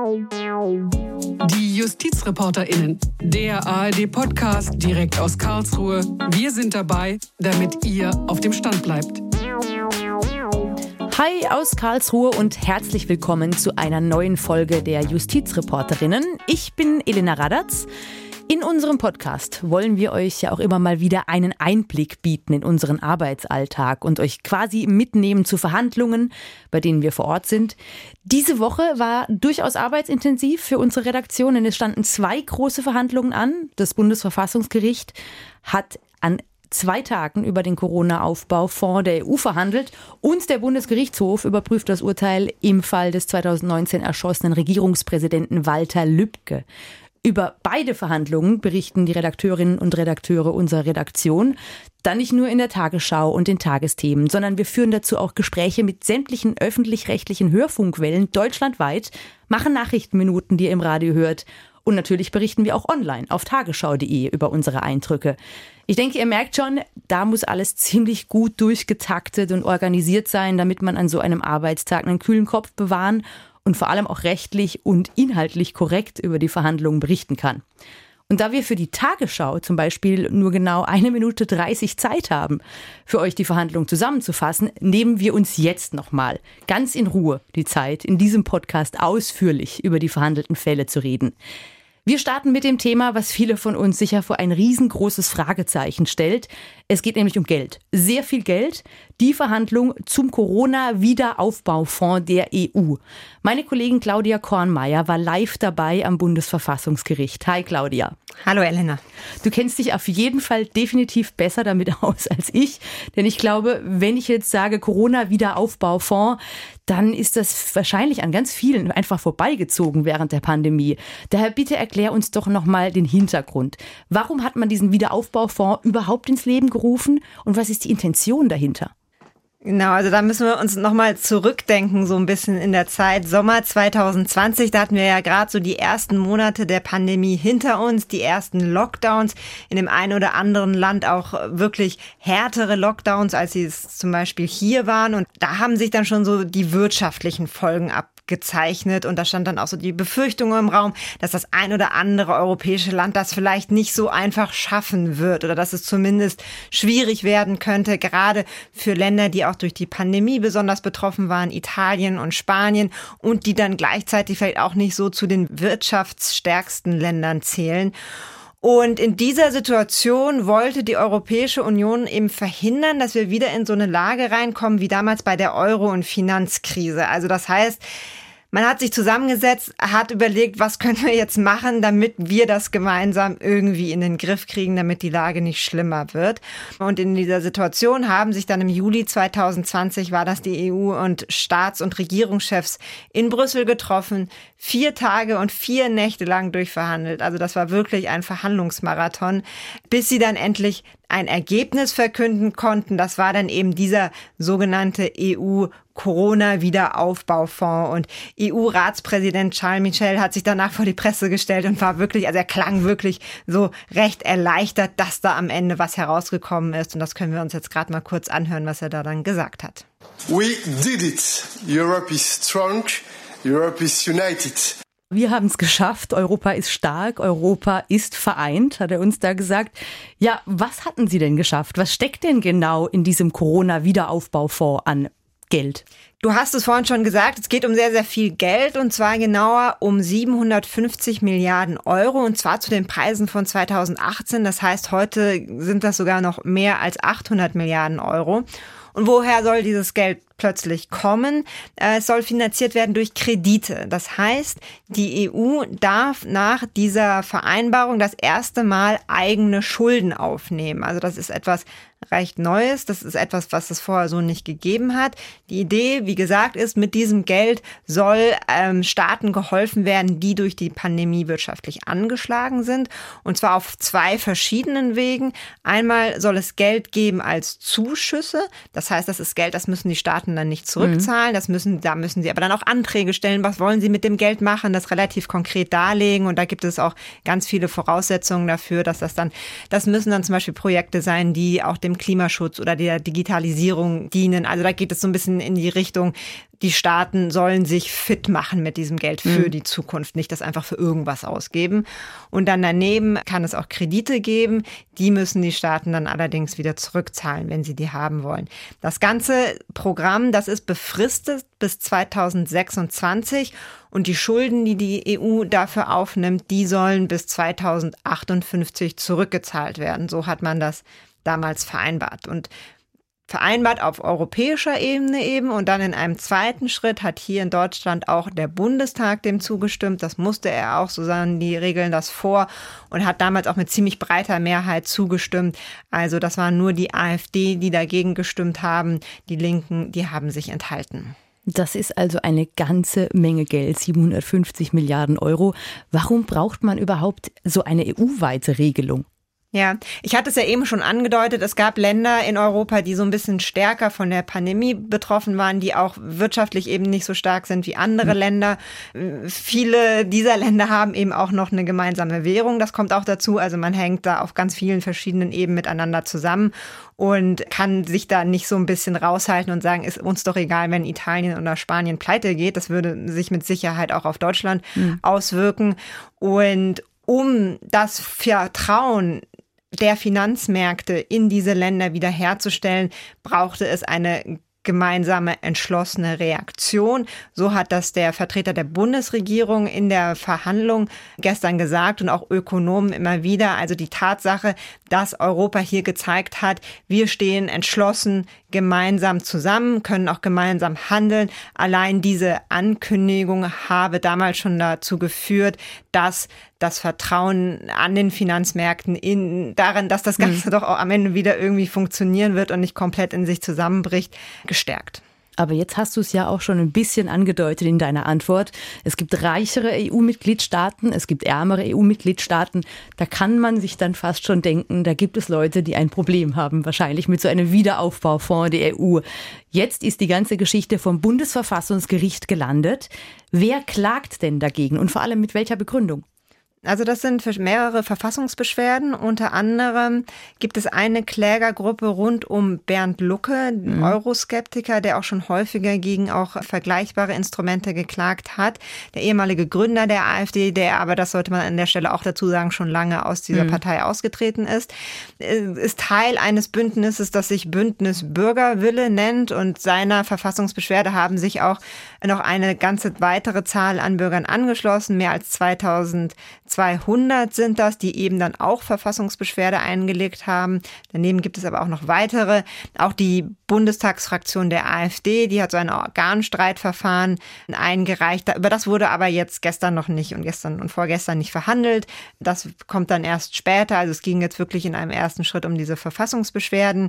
Die JustizreporterInnen, der ARD-Podcast direkt aus Karlsruhe. Wir sind dabei, damit ihr auf dem Stand bleibt. Hi aus Karlsruhe und herzlich willkommen zu einer neuen Folge der Justizreporterinnen. Ich bin Elena Radatz. In unserem Podcast wollen wir euch ja auch immer mal wieder einen Einblick bieten in unseren Arbeitsalltag und euch quasi mitnehmen zu Verhandlungen, bei denen wir vor Ort sind. Diese Woche war durchaus arbeitsintensiv für unsere Redaktion, denn es standen 2 große Verhandlungen an. Das Bundesverfassungsgericht hat an 2 Tagen über den Corona-Aufbaufonds der EU verhandelt und der Bundesgerichtshof überprüft das Urteil im Fall des 2019 erschossenen Regierungspräsidenten Walter Lübcke. Über beide Verhandlungen berichten die Redakteurinnen und Redakteure unserer Redaktion. Dann nicht nur in der Tagesschau und den Tagesthemen, sondern wir führen dazu auch Gespräche mit sämtlichen öffentlich-rechtlichen Hörfunkwellen deutschlandweit, machen Nachrichtenminuten, die ihr im Radio hört. Und natürlich berichten wir auch online auf tagesschau.de über unsere Eindrücke. Ich denke, ihr merkt schon, da muss alles ziemlich gut durchgetaktet und organisiert sein, damit man an so einem Arbeitstag einen kühlen Kopf bewahren und vor allem auch rechtlich und inhaltlich korrekt über die Verhandlungen berichten kann. Und da wir für die Tagesschau zum Beispiel nur genau 1 Minute 30 Zeit haben, für euch die Verhandlungen zusammenzufassen, nehmen wir uns jetzt nochmal ganz in Ruhe die Zeit, in diesem Podcast ausführlich über die verhandelten Fälle zu reden. Wir starten mit dem Thema, was viele von uns sicher vor ein riesengroßes Fragezeichen stellt. Es geht nämlich um Geld. Sehr viel Geld. Die Verhandlung zum Corona-Wiederaufbaufonds der EU. Meine Kollegin Claudia Kornmeier war live dabei am Bundesverfassungsgericht. Hi Claudia. Hallo Elena. Du kennst dich auf jeden Fall definitiv besser damit aus als ich. Denn ich glaube, wenn ich jetzt sage Corona-Wiederaufbaufonds, dann ist das wahrscheinlich an ganz vielen einfach vorbeigezogen während der Pandemie. Daher bitte erklär uns doch nochmal den Hintergrund. Warum hat man diesen Wiederaufbaufonds überhaupt ins Leben gerufen und was ist die Intention dahinter? Genau, also da müssen wir uns nochmal zurückdenken, so ein bisschen in der Zeit. Sommer 2020, da hatten wir ja gerade so die ersten Monate der Pandemie hinter uns, die ersten Lockdowns, in dem einen oder anderen Land auch wirklich härtere Lockdowns, als sie es zum Beispiel hier waren. Und da haben sich dann schon so die wirtschaftlichen Folgen abgezeichnet und da stand dann auch so die Befürchtung im Raum, dass das ein oder andere europäische Land das vielleicht nicht so einfach schaffen wird oder dass es zumindest schwierig werden könnte, gerade für Länder, die auch durch die Pandemie besonders betroffen waren, Italien und Spanien und die dann gleichzeitig vielleicht auch nicht so zu den wirtschaftsstärksten Ländern zählen. Und in dieser Situation wollte die Europäische Union eben verhindern, dass wir wieder in so eine Lage reinkommen wie damals bei der Euro- und Finanzkrise. Also das heißt, man hat sich zusammengesetzt, hat überlegt, was können wir jetzt machen, damit wir das gemeinsam irgendwie in den Griff kriegen, damit die Lage nicht schlimmer wird. Und in dieser Situation haben sich dann im Juli 2020, war das die EU und Staats- und Regierungschefs in Brüssel getroffen, 4 Tage und 4 Nächte lang durchverhandelt. Also das war wirklich ein Verhandlungsmarathon, bis sie dann endlich ein Ergebnis verkünden konnten. Das war dann eben dieser sogenannte EU-Corona-Wiederaufbaufonds. Und EU-Ratspräsident Charles Michel hat sich danach vor die Presse gestellt und war wirklich, also er klang wirklich so recht erleichtert, dass da am Ende was herausgekommen ist. Und das können wir uns jetzt gerade mal kurz anhören, was er da dann gesagt hat. We did it. Europe is strong. Europe is united. Wir haben es geschafft, Europa ist stark, Europa ist vereint, hat er uns da gesagt. Ja, was hatten Sie denn geschafft? Was steckt denn genau in diesem Corona-Wiederaufbaufonds an Geld? Du hast es vorhin schon gesagt, es geht um sehr, sehr viel Geld und zwar genauer um 750 Milliarden Euro und zwar zu den Preisen von 2018. Das heißt, heute sind das sogar noch mehr als 800 Milliarden Euro. Und woher soll dieses Geld plötzlich kommen? Es soll finanziert werden durch Kredite. Das heißt, die EU darf nach dieser Vereinbarung das erste Mal eigene Schulden aufnehmen. Also das ist etwas recht Neues. Das ist etwas, was es vorher so nicht gegeben hat. Die Idee, wie gesagt, ist, mit diesem Geld soll Staaten geholfen werden, die durch die Pandemie wirtschaftlich angeschlagen sind. Und zwar auf 2 verschiedenen Wegen. Einmal soll es Geld geben als Zuschüsse. Das heißt, das ist Geld, das müssen die Staaten dann nicht zurückzahlen. Da müssen sie aber dann auch Anträge stellen. Was wollen sie mit dem Geld machen? Das relativ konkret darlegen. Und da gibt es auch ganz viele Voraussetzungen dafür, dass das müssen dann zum Beispiel Projekte sein, die auch dem Klimaschutz oder der Digitalisierung dienen. Also da geht es so ein bisschen in die Richtung, die Staaten sollen sich fit machen mit diesem Geld für die Zukunft, nicht das einfach für irgendwas ausgeben. Und dann daneben kann es auch Kredite geben, die müssen die Staaten dann allerdings wieder zurückzahlen, wenn sie die haben wollen. Das ganze Programm, das ist befristet bis 2026 und die Schulden, die die EU dafür aufnimmt, die sollen bis 2058 zurückgezahlt werden. So hat man das damals vereinbart. Und vereinbart auf europäischer Ebene eben und dann in einem zweiten Schritt hat hier in Deutschland auch der Bundestag dem zugestimmt. Das musste er auch, so sahen die Regeln das vor und hat damals auch mit ziemlich breiter Mehrheit zugestimmt. Also das waren nur die AfD, die dagegen gestimmt haben. Die Linken, die haben sich enthalten. Das ist also eine ganze Menge Geld, 750 Milliarden Euro. Warum braucht man überhaupt so eine EU-weite Regelung? Ja, ich hatte es ja eben schon angedeutet, es gab Länder in Europa, die so ein bisschen stärker von der Pandemie betroffen waren, die auch wirtschaftlich eben nicht so stark sind wie andere Länder. Viele dieser Länder haben eben auch noch eine gemeinsame Währung, das kommt auch dazu. Also man hängt da auf ganz vielen verschiedenen Ebenen miteinander zusammen und kann sich da nicht so ein bisschen raushalten und sagen, ist uns doch egal, wenn Italien oder Spanien pleite geht. Das würde sich mit Sicherheit auch auf Deutschland auswirken. Und um das Vertrauen der Finanzmärkte in diese Länder wiederherzustellen, brauchte es eine gemeinsame, entschlossene Reaktion. So hat das der Vertreter der Bundesregierung in der Verhandlung gestern gesagt und auch Ökonomen immer wieder. Also die Tatsache, dass Europa hier gezeigt hat, wir stehen entschlossen gemeinsam zusammen, können auch gemeinsam handeln. Allein diese Ankündigung habe damals schon dazu geführt, dass das Vertrauen an den Finanzmärkten darin, dass das Ganze doch auch am Ende wieder irgendwie funktionieren wird und nicht komplett in sich zusammenbricht, gestärkt. Aber jetzt hast du es ja auch schon ein bisschen angedeutet in deiner Antwort. Es gibt reichere EU-Mitgliedstaaten, es gibt ärmere EU-Mitgliedstaaten. Da kann man sich dann fast schon denken, da gibt es Leute, die ein Problem haben, wahrscheinlich mit so einem Wiederaufbaufonds der EU. Jetzt ist die ganze Geschichte vom Bundesverfassungsgericht gelandet. Wer klagt denn dagegen und vor allem mit welcher Begründung? Also das sind mehrere Verfassungsbeschwerden. Unter anderem gibt es eine Klägergruppe rund um Bernd Lucke, Euroskeptiker, der auch schon häufiger gegen auch vergleichbare Instrumente geklagt hat. Der ehemalige Gründer der AfD, der aber, das sollte man an der Stelle auch dazu sagen, schon lange aus dieser Partei ausgetreten ist Teil eines Bündnisses, das sich Bündnis Bürgerwille nennt. Und seiner Verfassungsbeschwerde haben sich auch noch eine ganze weitere Zahl an Bürgern angeschlossen. Mehr als 2200 sind das, die eben dann auch Verfassungsbeschwerde eingelegt haben. Daneben gibt es aber auch noch weitere. Auch die Bundestagsfraktion der AfD, die hat so ein Organstreitverfahren eingereicht. Über das wurde aber jetzt gestern noch nicht und gestern und vorgestern nicht verhandelt. Das kommt dann erst später. Also es ging jetzt wirklich in einem ersten Schritt um diese Verfassungsbeschwerden.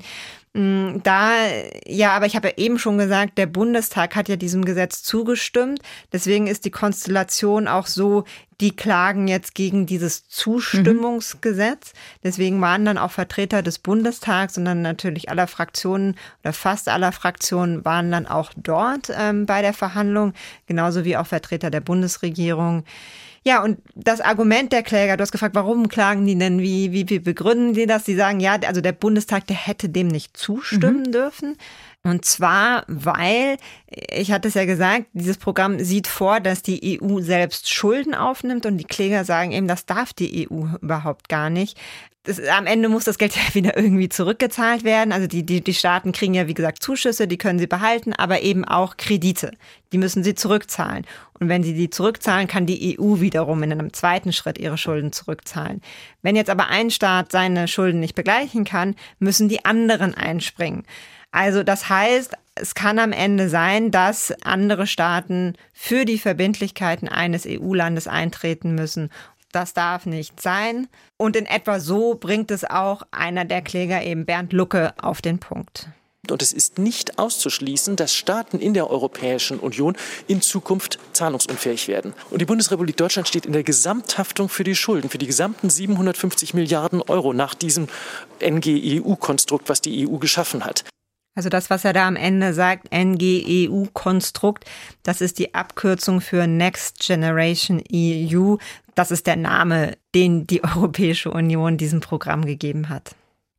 Aber ich habe ja eben schon gesagt, der Bundestag hat ja diesem Gesetz zugestimmt. Deswegen ist die Konstellation auch so, die klagen jetzt gegen dieses Zustimmungsgesetz. Deswegen waren dann auch Vertreter des Bundestags und dann natürlich aller Fraktionen oder fast aller Fraktionen waren dann auch dort bei der Verhandlung, genauso wie auch Vertreter der Bundesregierung. Ja, und das Argument der Kläger, du hast gefragt, warum klagen die denn, wie begründen die das? Die sagen, ja, also der Bundestag, der hätte dem nicht zustimmen dürfen. Und zwar, weil, ich hatte es ja gesagt, dieses Programm sieht vor, dass die EU selbst Schulden aufnimmt und die Kläger sagen eben, das darf die EU überhaupt gar nicht. Am Ende muss das Geld ja wieder irgendwie zurückgezahlt werden. Also die Staaten kriegen ja, wie gesagt, Zuschüsse, die können sie behalten, aber eben auch Kredite. Die müssen sie zurückzahlen. Und wenn sie die zurückzahlen, kann die EU wiederum in einem zweiten Schritt ihre Schulden zurückzahlen. Wenn jetzt aber ein Staat seine Schulden nicht begleichen kann, müssen die anderen einspringen. Also das heißt, es kann am Ende sein, dass andere Staaten für die Verbindlichkeiten eines EU-Landes eintreten müssen. Das darf nicht sein. Und in etwa so bringt es auch einer der Kläger, eben Bernd Lucke, auf den Punkt. Und es ist nicht auszuschließen, dass Staaten in der Europäischen Union in Zukunft zahlungsunfähig werden. Und die Bundesrepublik Deutschland steht in der Gesamthaftung für die Schulden, für die gesamten 750 Milliarden Euro nach diesem NGEU-Konstrukt, was die EU geschaffen hat. Also das, was er da am Ende sagt, NGEU-Konstrukt, das ist die Abkürzung für Next Generation EU. Das ist der Name, den die Europäische Union diesem Programm gegeben hat.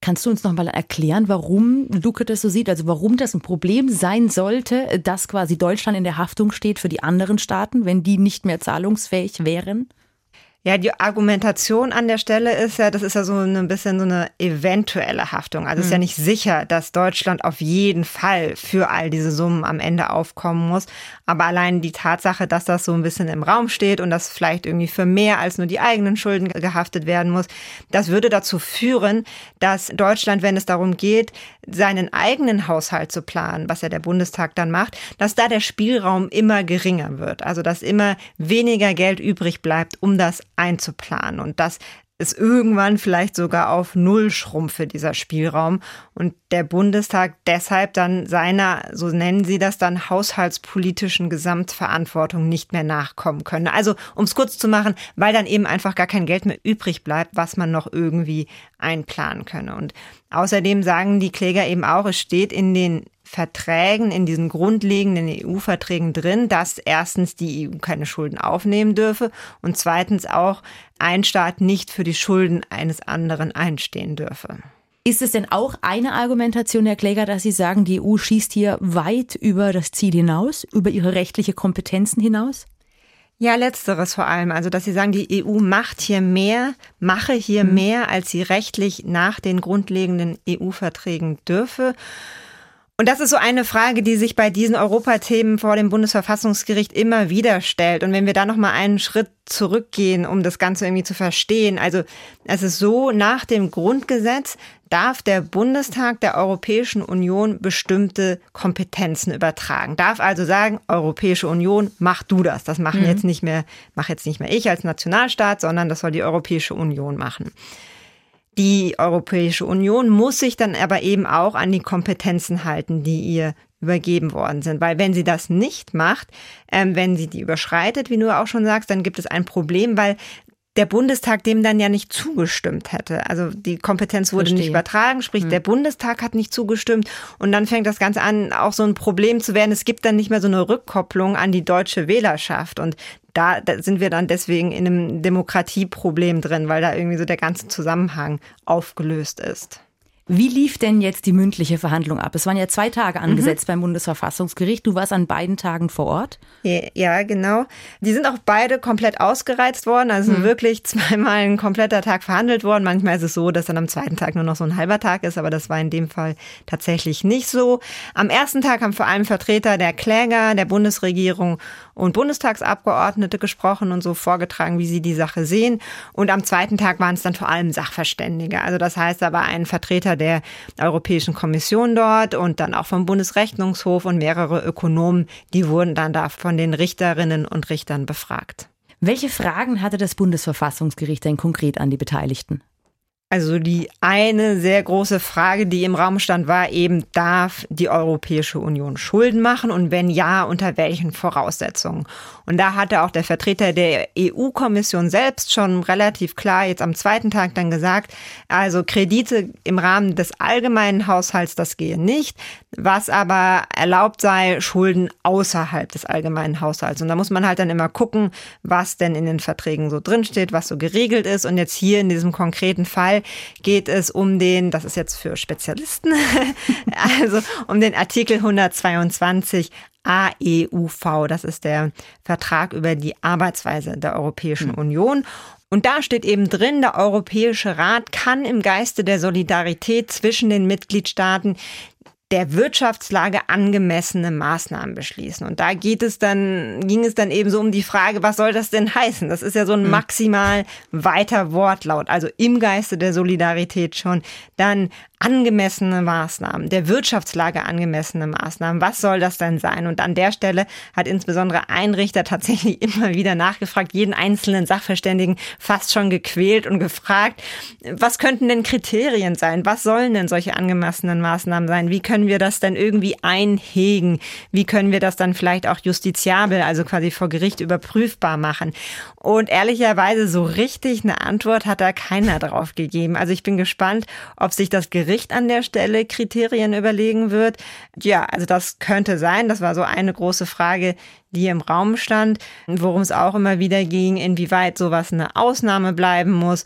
Kannst du uns noch mal erklären, warum Lucke das so sieht? Also warum das ein Problem sein sollte, dass quasi Deutschland in der Haftung steht für die anderen Staaten, wenn die nicht mehr zahlungsfähig wären? Ja, die Argumentation an der Stelle ist ja, das ist ja so ein bisschen so eine eventuelle Haftung. Also es ist ja nicht sicher, dass Deutschland auf jeden Fall für all diese Summen am Ende aufkommen muss. Aber allein die Tatsache, dass das so ein bisschen im Raum steht und dass vielleicht irgendwie für mehr als nur die eigenen Schulden gehaftet werden muss, das würde dazu führen, dass Deutschland, wenn es darum geht, seinen eigenen Haushalt zu planen, was ja der Bundestag dann macht, dass da der Spielraum immer geringer wird. Also dass immer weniger Geld übrig bleibt, um das einzuplanen und dass es irgendwann vielleicht sogar auf Null schrumpfe, dieser Spielraum. Und der Bundestag deshalb dann seiner, so nennen sie das dann, haushaltspolitischen Gesamtverantwortung nicht mehr nachkommen können. Also, um es kurz zu machen, weil dann eben einfach gar kein Geld mehr übrig bleibt, was man noch irgendwie einplanen könne. Und außerdem sagen die Kläger eben auch, es steht in den Verträgen, in diesen grundlegenden EU-Verträgen drin, dass erstens die EU keine Schulden aufnehmen dürfe und zweitens auch ein Staat nicht für die Schulden eines anderen einstehen dürfe. Ist es denn auch eine Argumentation der Kläger, dass sie sagen, die EU schießt hier weit über das Ziel hinaus, über ihre rechtliche Kompetenzen hinaus? Ja, letzteres vor allem. Also, dass sie sagen, die EU mache hier mehr, als sie rechtlich nach den grundlegenden EU-Verträgen dürfe. Und das ist so eine Frage, die sich bei diesen Europathemen vor dem Bundesverfassungsgericht immer wieder stellt. Und wenn wir da noch mal einen Schritt zurückgehen, um das Ganze irgendwie zu verstehen. Also es ist so, nach dem Grundgesetz darf der Bundestag der Europäischen Union bestimmte Kompetenzen übertragen. Darf also sagen, Europäische Union, mach du das. Das mach jetzt nicht mehr ich als Nationalstaat, sondern das soll die Europäische Union machen. Die Europäische Union muss sich dann aber eben auch an die Kompetenzen halten, die ihr übergeben worden sind. Weil wenn sie das nicht macht, wenn sie die überschreitet, wie du auch schon sagst, dann gibt es ein Problem, weil der Bundestag dem dann ja nicht zugestimmt hätte. Also die Kompetenz wurde nicht übertragen, sprich der Bundestag hat nicht zugestimmt und dann fängt das Ganze an, auch so ein Problem zu werden. Es gibt dann nicht mehr so eine Rückkopplung an die deutsche Wählerschaft und da sind wir dann deswegen in einem Demokratieproblem drin, weil da irgendwie so der ganze Zusammenhang aufgelöst ist. Wie lief denn jetzt die mündliche Verhandlung ab? Es waren ja 2 Tage angesetzt beim Bundesverfassungsgericht. Du warst an beiden Tagen vor Ort? Ja, genau. Die sind auch beide komplett ausgereizt worden. Also wirklich zweimal ein kompletter Tag verhandelt worden. Manchmal ist es so, dass dann am zweiten Tag nur noch so ein halber Tag ist. Aber das war in dem Fall tatsächlich nicht so. Am ersten Tag haben vor allem Vertreter der Kläger, der Bundesregierung und Bundestagsabgeordnete gesprochen und so vorgetragen, wie sie die Sache sehen. Und am zweiten Tag waren es dann vor allem Sachverständige. Also das heißt, da war ein Vertreter der Europäischen Kommission dort und dann auch vom Bundesrechnungshof und mehrere Ökonomen, die wurden dann da von den Richterinnen und Richtern befragt. Welche Fragen hatte das Bundesverfassungsgericht denn konkret an die Beteiligten? Also die eine sehr große Frage, die im Raum stand, war eben, darf die Europäische Union Schulden machen und wenn ja, unter welchen Voraussetzungen? Und da hatte auch der Vertreter der EU-Kommission selbst schon relativ klar jetzt am zweiten Tag dann gesagt, also Kredite im Rahmen des allgemeinen Haushalts, das gehe nicht, was aber erlaubt sei, Schulden außerhalb des allgemeinen Haushalts. Und da muss man halt dann immer gucken, was denn in den Verträgen so drinsteht, was so geregelt ist. Und jetzt hier in diesem konkreten Fall geht es um den, das ist jetzt für Spezialisten, also um den Artikel 122 AEUV. Das ist der Vertrag über die Arbeitsweise der Europäischen Union. Und da steht eben drin, der Europäische Rat kann im Geiste der Solidarität zwischen den Mitgliedstaaten der Wirtschaftslage angemessene Maßnahmen beschließen. Und da ging es dann eben so um die Frage, was soll das denn heißen? Das ist ja so ein maximal weiter Wortlaut, also im Geiste der Solidarität schon. Dann angemessene Maßnahmen, der Wirtschaftslage angemessene Maßnahmen. Was soll das denn sein? Und an der Stelle hat insbesondere ein Richter tatsächlich immer wieder nachgefragt, jeden einzelnen Sachverständigen fast schon gequält und gefragt, was könnten denn Kriterien sein? Was sollen denn solche angemessenen Maßnahmen sein? Wie können wir das denn irgendwie einhegen? Wie können wir das dann vielleicht auch justiziabel, also quasi vor Gericht überprüfbar machen? Und ehrlicherweise so richtig eine Antwort hat da keiner drauf gegeben. Also ich bin gespannt, ob sich das Gericht Gericht an der Stelle Kriterien überlegen wird. Ja, also das könnte sein. Das war so eine große Frage, die im Raum stand, worum es auch immer wieder ging, inwieweit sowas eine Ausnahme bleiben muss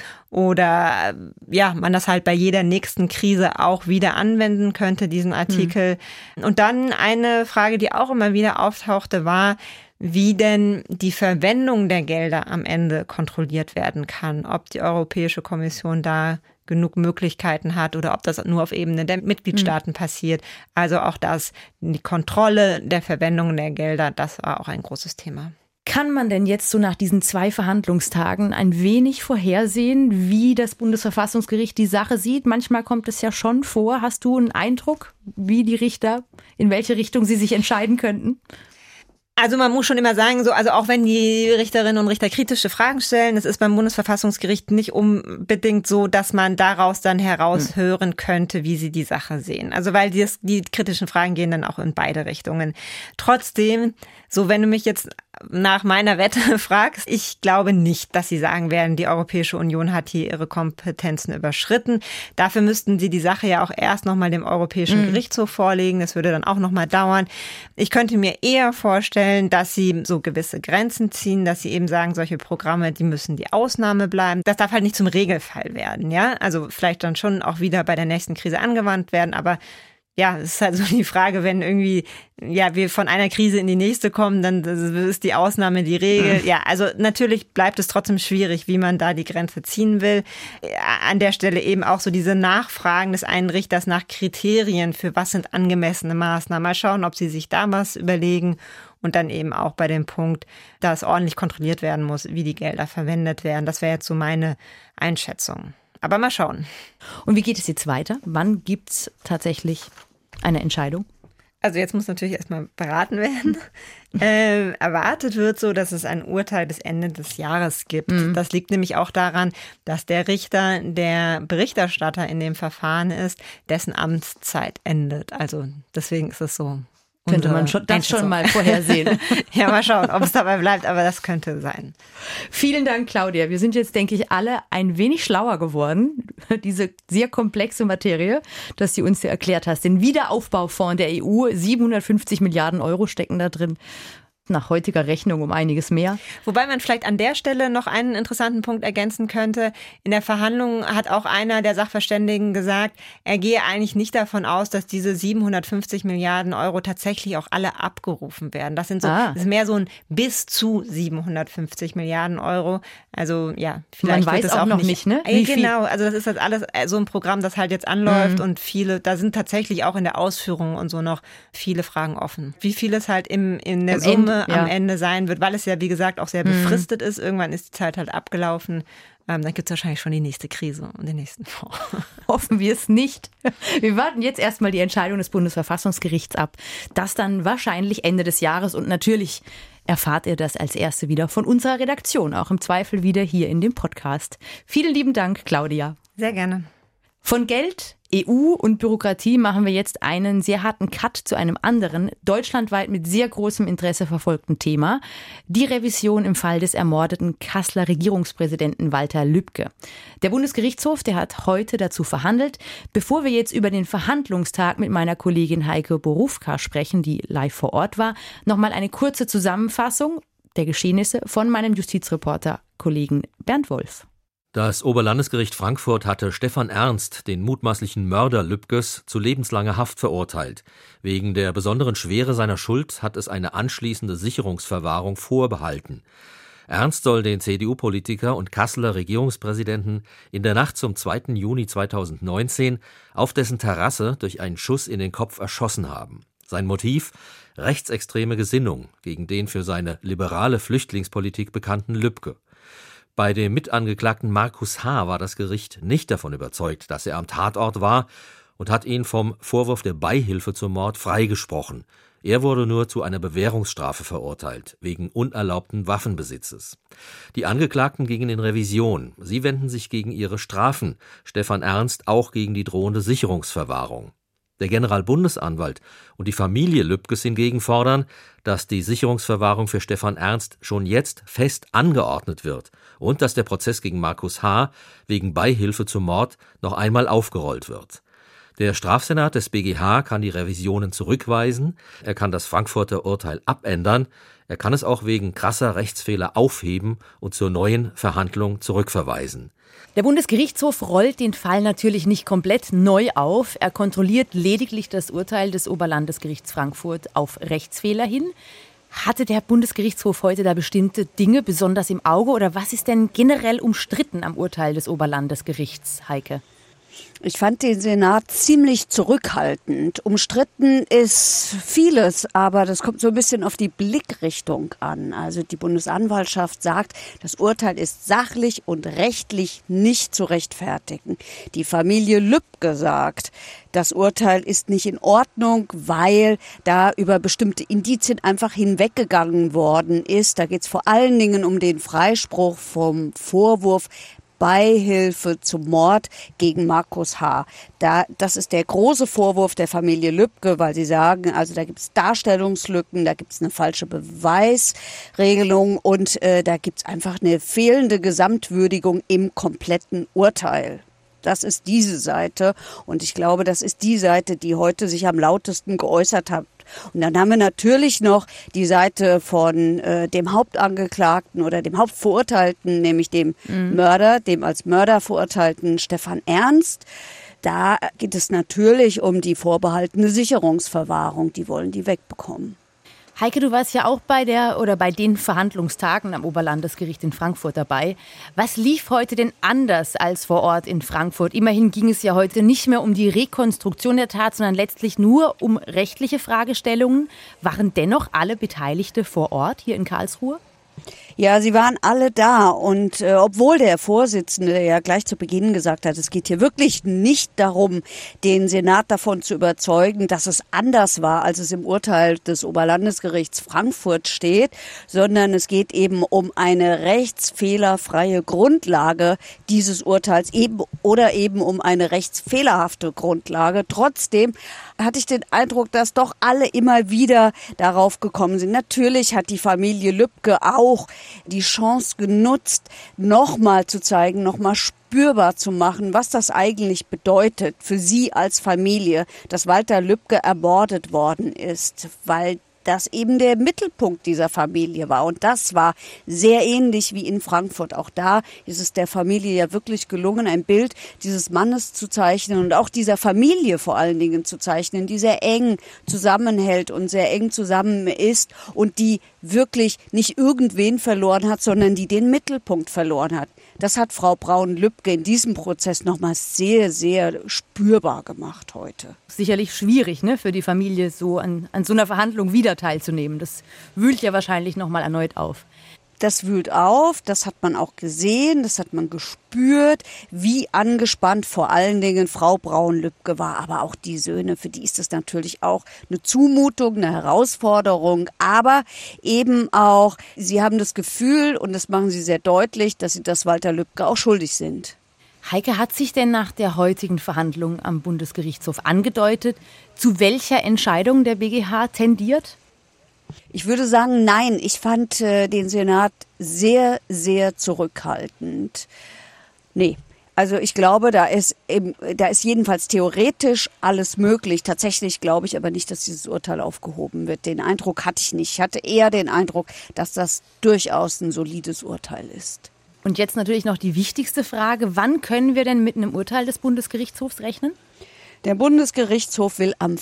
oder ja, man das halt bei jeder nächsten Krise auch wieder anwenden könnte, diesen Artikel. Und dann eine Frage, die auch immer wieder auftauchte, war, wie denn die Verwendung der Gelder am Ende kontrolliert werden kann, ob die Europäische Kommission da genug Möglichkeiten hat oder ob das nur auf Ebene der Mitgliedstaaten passiert. Also auch das, die Kontrolle der Verwendung der Gelder, das war auch ein großes Thema. Kann man denn jetzt so nach diesen 2 Verhandlungstagen ein wenig vorhersehen, wie das Bundesverfassungsgericht die Sache sieht? Manchmal kommt es ja schon vor. Hast du einen Eindruck, wie die Richter, in welche Richtung sie sich entscheiden könnten? Also man muss schon immer sagen, so, also auch wenn die Richterinnen und Richter kritische Fragen stellen, es ist beim Bundesverfassungsgericht nicht unbedingt so, dass man daraus dann heraushören könnte, wie sie die Sache sehen. Also weil die kritischen Fragen gehen dann auch in beide Richtungen. Trotzdem, so wenn du mich jetzt nach meiner Wette fragst, ich glaube nicht, dass sie sagen werden, die Europäische Union hat hier ihre Kompetenzen überschritten. Dafür müssten sie die Sache ja auch erst nochmal dem Europäischen Gerichtshof vorlegen. Das würde dann auch nochmal dauern. Ich könnte mir eher vorstellen, dass sie so gewisse Grenzen ziehen, dass sie eben sagen, solche Programme, die müssen die Ausnahme bleiben. Das darf halt nicht zum Regelfall werden, ja. Also vielleicht dann schon auch wieder bei der nächsten Krise angewandt werden, aber ja, es ist halt so die Frage, wenn irgendwie, ja, wir von einer Krise in die nächste kommen, dann ist die Ausnahme die Regel. Ja, also natürlich bleibt es trotzdem schwierig, wie man da die Grenze ziehen will. An der Stelle eben auch so diese Nachfragen des einen Richters nach Kriterien für was sind angemessene Maßnahmen. Mal schauen, ob sie sich da was überlegen. Und dann eben auch bei dem Punkt, dass ordentlich kontrolliert werden muss, wie die Gelder verwendet werden. Das wäre jetzt so meine Einschätzung. Aber mal schauen. Und wie geht es jetzt weiter? Wann gibt es tatsächlich eine Entscheidung? Also jetzt muss natürlich erstmal beraten werden. Erwartet wird so, dass es ein Urteil bis Ende des Jahres gibt. Das liegt nämlich auch daran, dass der Richter, der Berichterstatter in dem Verfahren ist, dessen Amtszeit endet. Also deswegen ist es so. Könnte man das schon mal vorhersehen. Ja, mal schauen, ob es dabei bleibt, aber das könnte sein. Vielen Dank, Claudia. Wir sind jetzt, denke ich, alle ein wenig schlauer geworden. Diese sehr komplexe Materie, dass du uns ja erklärt hast. Den Wiederaufbaufonds der EU, 750 Milliarden Euro stecken da drin. Nach heutiger Rechnung um einiges mehr. Wobei man vielleicht an der Stelle noch einen interessanten Punkt ergänzen könnte. In der Verhandlung hat auch einer der Sachverständigen gesagt, er gehe eigentlich nicht davon aus, dass diese 750 Milliarden Euro tatsächlich auch alle abgerufen werden. Das sind so, das ist mehr so ein bis zu 750 Milliarden Euro. Also ja, vielleicht man weiß wird es auch noch nicht, ne? Wie genau, also das ist halt alles so ein Programm, das halt jetzt anläuft und da sind tatsächlich auch in der Ausführung und so noch viele Fragen offen. Wie viel es halt in der Summe am Ende sein wird, weil es ja, wie gesagt, auch sehr befristet ist. Irgendwann ist die Zeit halt abgelaufen. Dann gibt es wahrscheinlich schon die nächste Krise und den nächsten Fonds. Hoffen wir es nicht. Wir warten jetzt erstmal die Entscheidung des Bundesverfassungsgerichts ab. Das dann wahrscheinlich Ende des Jahres und natürlich erfahrt ihr das als Erste wieder von unserer Redaktion, auch im Zweifel wieder hier in dem Podcast. Vielen lieben Dank, Claudia. Sehr gerne. Von Geld, EU und Bürokratie machen wir jetzt einen sehr harten Cut zu einem anderen, deutschlandweit mit sehr großem Interesse verfolgten Thema. Die Revision im Fall des ermordeten Kasseler Regierungspräsidenten Walter Lübcke. Der Bundesgerichtshof, der hat heute dazu verhandelt. Bevor wir jetzt über den Verhandlungstag mit meiner Kollegin Heike Borufka sprechen, die live vor Ort war, nochmal eine kurze Zusammenfassung der Geschehnisse von meinem Justizreporter Kollegen Bernd Wolf. Das Oberlandesgericht Frankfurt hatte Stefan Ernst, den mutmaßlichen Mörder Lübkes, zu lebenslanger Haft verurteilt. Wegen der besonderen Schwere seiner Schuld hat es eine anschließende Sicherungsverwahrung vorbehalten. Ernst soll den CDU-Politiker und Kasseler Regierungspräsidenten in der Nacht zum 2. Juni 2019 auf dessen Terrasse durch einen Schuss in den Kopf erschossen haben. Sein Motiv? Rechtsextreme Gesinnung gegen den für seine liberale Flüchtlingspolitik bekannten Lübcke. Bei dem Mitangeklagten Markus H. war das Gericht nicht davon überzeugt, dass er am Tatort war und hat ihn vom Vorwurf der Beihilfe zum Mord freigesprochen. Er wurde nur zu einer Bewährungsstrafe verurteilt, wegen unerlaubten Waffenbesitzes. Die Angeklagten gingen in Revision. Sie wenden sich gegen ihre Strafen, Stefan Ernst auch gegen die drohende Sicherungsverwahrung. Der Generalbundesanwalt und die Familie Lübkes hingegen fordern, dass die Sicherungsverwahrung für Stefan Ernst schon jetzt fest angeordnet wird und dass der Prozess gegen Markus H. wegen Beihilfe zum Mord noch einmal aufgerollt wird. Der Strafsenat des BGH kann die Revisionen zurückweisen, er kann das Frankfurter Urteil abändern, er kann es auch wegen krasser Rechtsfehler aufheben und zur neuen Verhandlung zurückverweisen. Der Bundesgerichtshof rollt den Fall natürlich nicht komplett neu auf. Er kontrolliert lediglich das Urteil des Oberlandesgerichts Frankfurt auf Rechtsfehler hin. Hatte der Bundesgerichtshof heute da bestimmte Dinge besonders im Auge? Oder was ist denn generell umstritten am Urteil des Oberlandesgerichts, Heike? Ich fand den Senat ziemlich zurückhaltend. Umstritten ist vieles, aber das kommt so ein bisschen auf die Blickrichtung an. Also die Bundesanwaltschaft sagt, das Urteil ist sachlich und rechtlich nicht zu rechtfertigen. Die Familie Lübcke sagt, das Urteil ist nicht in Ordnung, weil da über bestimmte Indizien einfach hinweggegangen worden ist. Da geht es vor allen Dingen um den Freispruch vom Vorwurf Beihilfe zum Mord gegen Markus H. Das ist der große Vorwurf der Familie Lübcke, weil sie sagen, also da gibt es Darstellungslücken, da gibt es eine falsche Beweisregelung und da gibt es einfach eine fehlende Gesamtwürdigung im kompletten Urteil. Das ist diese Seite und ich glaube, das ist die Seite, die heute sich am lautesten geäußert hat. Und dann haben wir natürlich noch die Seite von dem Hauptangeklagten oder dem Hauptverurteilten, nämlich dem Mörder, dem als Mörder verurteilten Stefan Ernst. Da geht es natürlich um die vorbehaltene Sicherungsverwahrung. Die wollen die wegbekommen. Heike, du warst ja auch bei den Verhandlungstagen am Oberlandesgericht in Frankfurt dabei. Was lief heute denn anders als vor Ort in Frankfurt? Immerhin ging es ja heute nicht mehr um die Rekonstruktion der Tat, sondern letztlich nur um rechtliche Fragestellungen. Waren dennoch alle Beteiligte vor Ort hier in Karlsruhe? Ja, sie waren alle da und obwohl der Vorsitzende ja gleich zu Beginn gesagt hat, es geht hier wirklich nicht darum, den Senat davon zu überzeugen, dass es anders war, als es im Urteil des Oberlandesgerichts Frankfurt steht, sondern es geht eben um eine rechtsfehlerfreie Grundlage dieses Urteils eben um eine rechtsfehlerhafte Grundlage. Trotzdem hatte ich den Eindruck, dass doch alle immer wieder darauf gekommen sind. Natürlich hat die Familie Lübcke auch die Chance genutzt, nochmal zu zeigen, nochmal spürbar zu machen, was das eigentlich bedeutet für sie als Familie, dass Walter Lübcke ermordet worden ist, weil das eben der Mittelpunkt dieser Familie war. Und das war sehr ähnlich wie in Frankfurt. Auch da ist es der Familie ja wirklich gelungen, ein Bild dieses Mannes zu zeichnen und auch dieser Familie vor allen Dingen zu zeichnen, die sehr eng zusammenhält und sehr eng zusammen ist und die wirklich nicht irgendwen verloren hat, sondern die den Mittelpunkt verloren hat. Das hat Frau Braun-Lübcke in diesem Prozess nochmal sehr, sehr spürbar gemacht heute. Sicherlich schwierig, ne, für die Familie so an so einer Verhandlung wieder teilzunehmen. Das wühlt ja wahrscheinlich nochmal erneut auf. Das wühlt auf, das hat man auch gesehen, das hat man gespürt, wie angespannt vor allen Dingen Frau Braun-Lübcke war. Aber auch die Söhne, für die ist es natürlich auch eine Zumutung, eine Herausforderung. Aber eben auch, sie haben das Gefühl, und das machen sie sehr deutlich, dass sie das Walter Lübcke auch schuldig sind. Heike, hat sich denn nach der heutigen Verhandlung am Bundesgerichtshof angedeutet, zu welcher Entscheidung der BGH tendiert? Ich würde sagen, nein. Ich fand den Senat sehr, sehr zurückhaltend. Nee. Also ich glaube, da ist jedenfalls theoretisch alles möglich. Tatsächlich glaube ich aber nicht, dass dieses Urteil aufgehoben wird. Den Eindruck hatte ich nicht. Ich hatte eher den Eindruck, dass das durchaus ein solides Urteil ist. Und jetzt natürlich noch die wichtigste Frage. Wann können wir denn mit einem Urteil des Bundesgerichtshofs rechnen? Der Bundesgerichtshof will am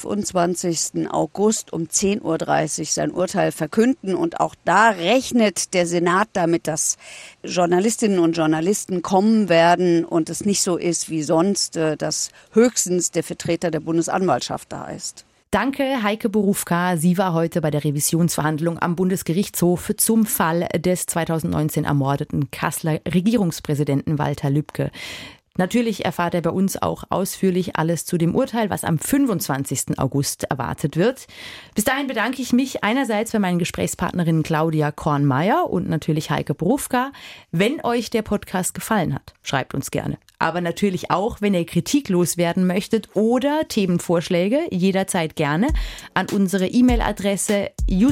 25. August um 10.30 Uhr sein Urteil verkünden. Und auch da rechnet der Senat damit, dass Journalistinnen und Journalisten kommen werden und es nicht so ist wie sonst, dass höchstens der Vertreter der Bundesanwaltschaft da ist. Danke, Heike Borufka. Sie war heute bei der Revisionsverhandlung am Bundesgerichtshof zum Fall des 2019 ermordeten Kasseler Regierungspräsidenten Walter Lübcke. Natürlich erfahrt er bei uns auch ausführlich alles zu dem Urteil, was am 25. August erwartet wird. Bis dahin bedanke ich mich einerseits bei meinen Gesprächspartnerinnen Claudia Kornmeier und natürlich Heike Borufka. Wenn euch der Podcast gefallen hat, schreibt uns gerne Aber natürlich auch, wenn ihr Kritik loswerden möchtet oder Themenvorschläge, jederzeit gerne an unsere E-Mail-Adresse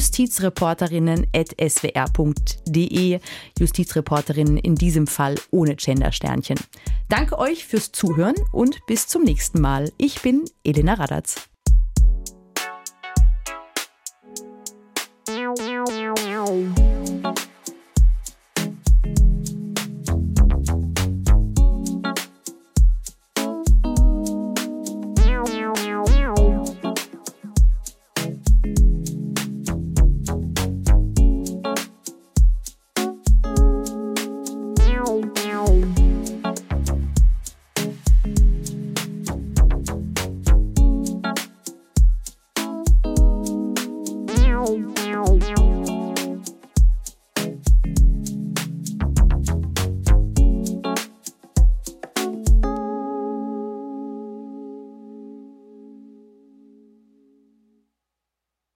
justizreporterinnen@swr.de. Justizreporterinnen in diesem Fall ohne Gendersternchen. Danke euch fürs Zuhören und bis zum nächsten Mal. Ich bin Elena Radatz. Wow.